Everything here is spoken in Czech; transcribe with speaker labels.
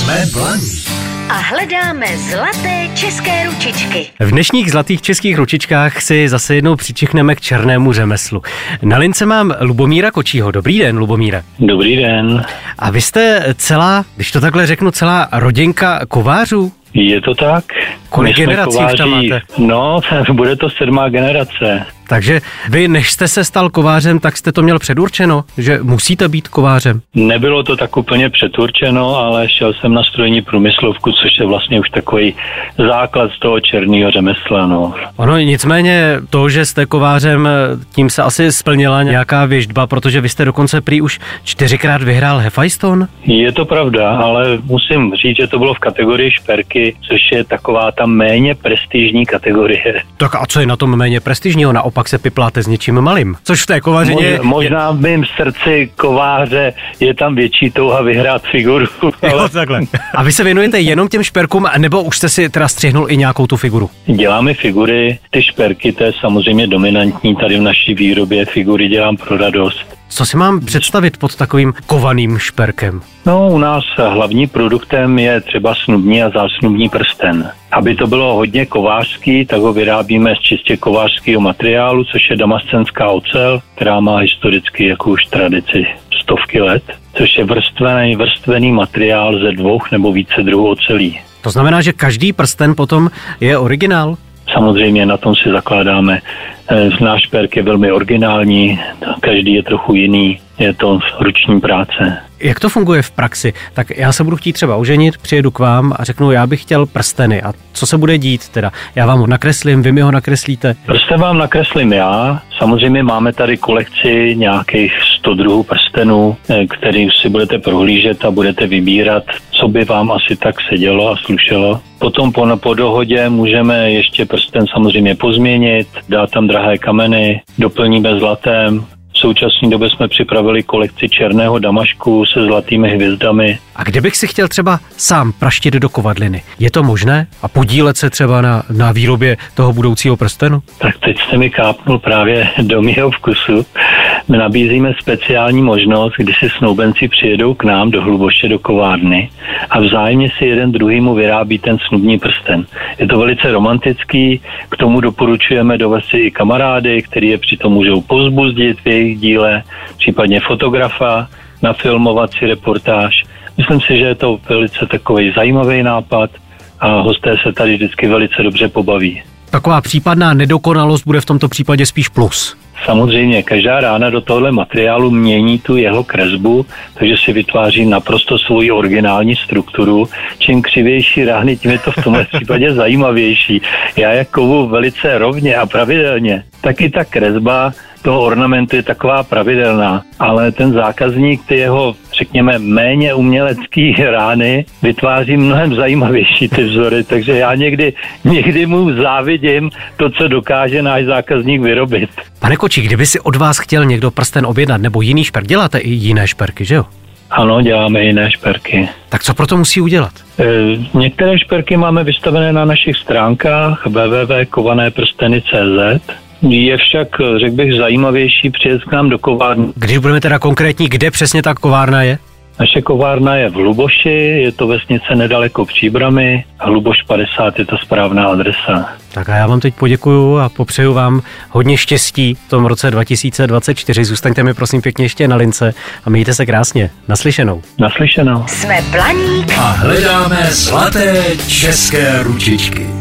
Speaker 1: Jsme Blaník
Speaker 2: a hledáme zlaté české ručičky.
Speaker 3: V dnešních zlatých českých ručičkách si zase jednou přičichneme k černému řemeslu. Na lince mám Lubomíra Kočího. Dobrý den, Lubomíre.
Speaker 4: Dobrý den.
Speaker 3: A vy jste celá, když to takhle řeknu, celá rodinka kovářů?
Speaker 4: Je to tak?
Speaker 3: Kolik generací už tam máte?
Speaker 4: No, bude to 7. generace.
Speaker 3: Takže vy, než jste se stal kovářem, tak jste to měl předurčeno, že musíte být kovářem?
Speaker 4: Nebylo to tak úplně předurčeno, ale šel jsem na strojní průmyslovku, což je vlastně už takový základ z toho černého řemesla. No.
Speaker 3: Ono nicméně to, že jste kovářem, tím se asi splnila nějaká věštba, protože vy jste dokonce prý už 4krát vyhrál Hefajston?
Speaker 4: Je to pravda, ale musím říct, že to bylo v kategorii šperky, což je taková ta méně prestižní kategorie.
Speaker 3: Tak a co je na tom méně prestižního? Naopak se pipláte s něčím malým, což v té kovářině...
Speaker 4: Možná v mém srdci kováře je tam větší touha vyhrát figuru. Ale...
Speaker 3: Jo, takhle. A vy se věnujete jenom těm šperkům, nebo už jste si teda střihnul i nějakou tu figuru?
Speaker 4: Děláme figury, ty šperky, to je samozřejmě dominantní tady v naší výrobě, figury dělám pro radost.
Speaker 3: Co si mám představit pod takovým kovaným šperkem?
Speaker 4: No, u nás hlavním produktem je třeba snubní a zásnubní prsten. Aby to bylo hodně kovářský, tak ho vyrábíme z čistě kovářského materiálu, což je damascenská ocel, která má historicky jako už tradici stovky let, což je vrstvený materiál ze 2 nebo více druhů ocelí.
Speaker 3: To znamená, že každý prsten potom je originál?
Speaker 4: Samozřejmě na tom si zakládáme. Náš šperk je velmi originální, každý je trochu jiný, je to ruční práce.
Speaker 3: Jak to funguje v praxi? Tak já se budu chtít třeba oženit, přijedu k vám a řeknu, já bych chtěl prsteny. A co se bude dít teda? Já vám ho nakreslím, vy mi ho nakreslíte?
Speaker 4: Prsten vám nakreslím já. Samozřejmě máme tady kolekci nějakých 100 druhů prstenů, který si budete prohlížet a budete vybírat, co by vám asi tak sedělo a slušelo. Potom po dohodě můžeme ještě prsten samozřejmě pozměnit, dát tam drahé kameny, doplníme zlatem. V současné době jsme připravili kolekci černého damašku se zlatými hvězdami.
Speaker 3: A kdybych si chtěl třeba sám praštit do kovadliny, je to možné? A podílet se třeba na výrobě toho budoucího prstenu?
Speaker 4: Tak teď jste mi kápnul právě do mého vkusu. My nabízíme speciální možnost, kdy si snoubenci přijedou k nám do Hluboše do kovárny a vzájemně si jeden druhýmu vyrábí ten snubní prsten. Je to velice romantický, k tomu doporučujeme dovést si i kamarády, který je přitom můžou povzbuzdit v jejich díle, případně fotografa, nafilmovat si reportáž. Myslím si, že je to velice takový zajímavý nápad a hosté se tady vždycky velice dobře pobaví.
Speaker 3: Taková případná nedokonalost bude v tomto případě spíš plus.
Speaker 4: Samozřejmě, každá rána do tohohle materiálu mění tu jeho kresbu, takže si vytváří naprosto svoji originální strukturu. Čím křivější rány, tím je to v tomhle případě zajímavější. Já jak kovu velice rovně a pravidelně, tak i ta kresba toho ornamentu je taková pravidelná, ale ten zákazník ty jeho, řekněme, méně umělecký rány vytváří mnohem zajímavější ty vzory, takže já někdy mu závidím to, co dokáže náš zákazník vyrobit.
Speaker 3: Pane Kočí, kdyby si od vás chtěl někdo prsten objednat nebo jiný šperk, děláte i jiné šperky, že jo?
Speaker 4: Ano, děláme jiné šperky.
Speaker 3: Tak co pro to musí udělat?
Speaker 4: Některé šperky máme vystavené na našich stránkách www.kovanéprsteny.cz. Je však, řekl bych, zajímavější přijet k nám do kovárny.
Speaker 3: Když budeme teda konkrétní, kde přesně ta kovárna je?
Speaker 4: Naše kovárna je v Hluboši, je to vesnice nedaleko Příbrami, Hluboš 50 je to správná adresa.
Speaker 3: Tak a já vám teď poděkuju a popřeju vám hodně štěstí v tom roce 2024. Zůstaňte mi prosím pěkně ještě na lince a mějte se krásně. Naslyšenou.
Speaker 4: Naslyšenou.
Speaker 2: Jsme Blaník
Speaker 1: a hledáme zlaté české ručičky.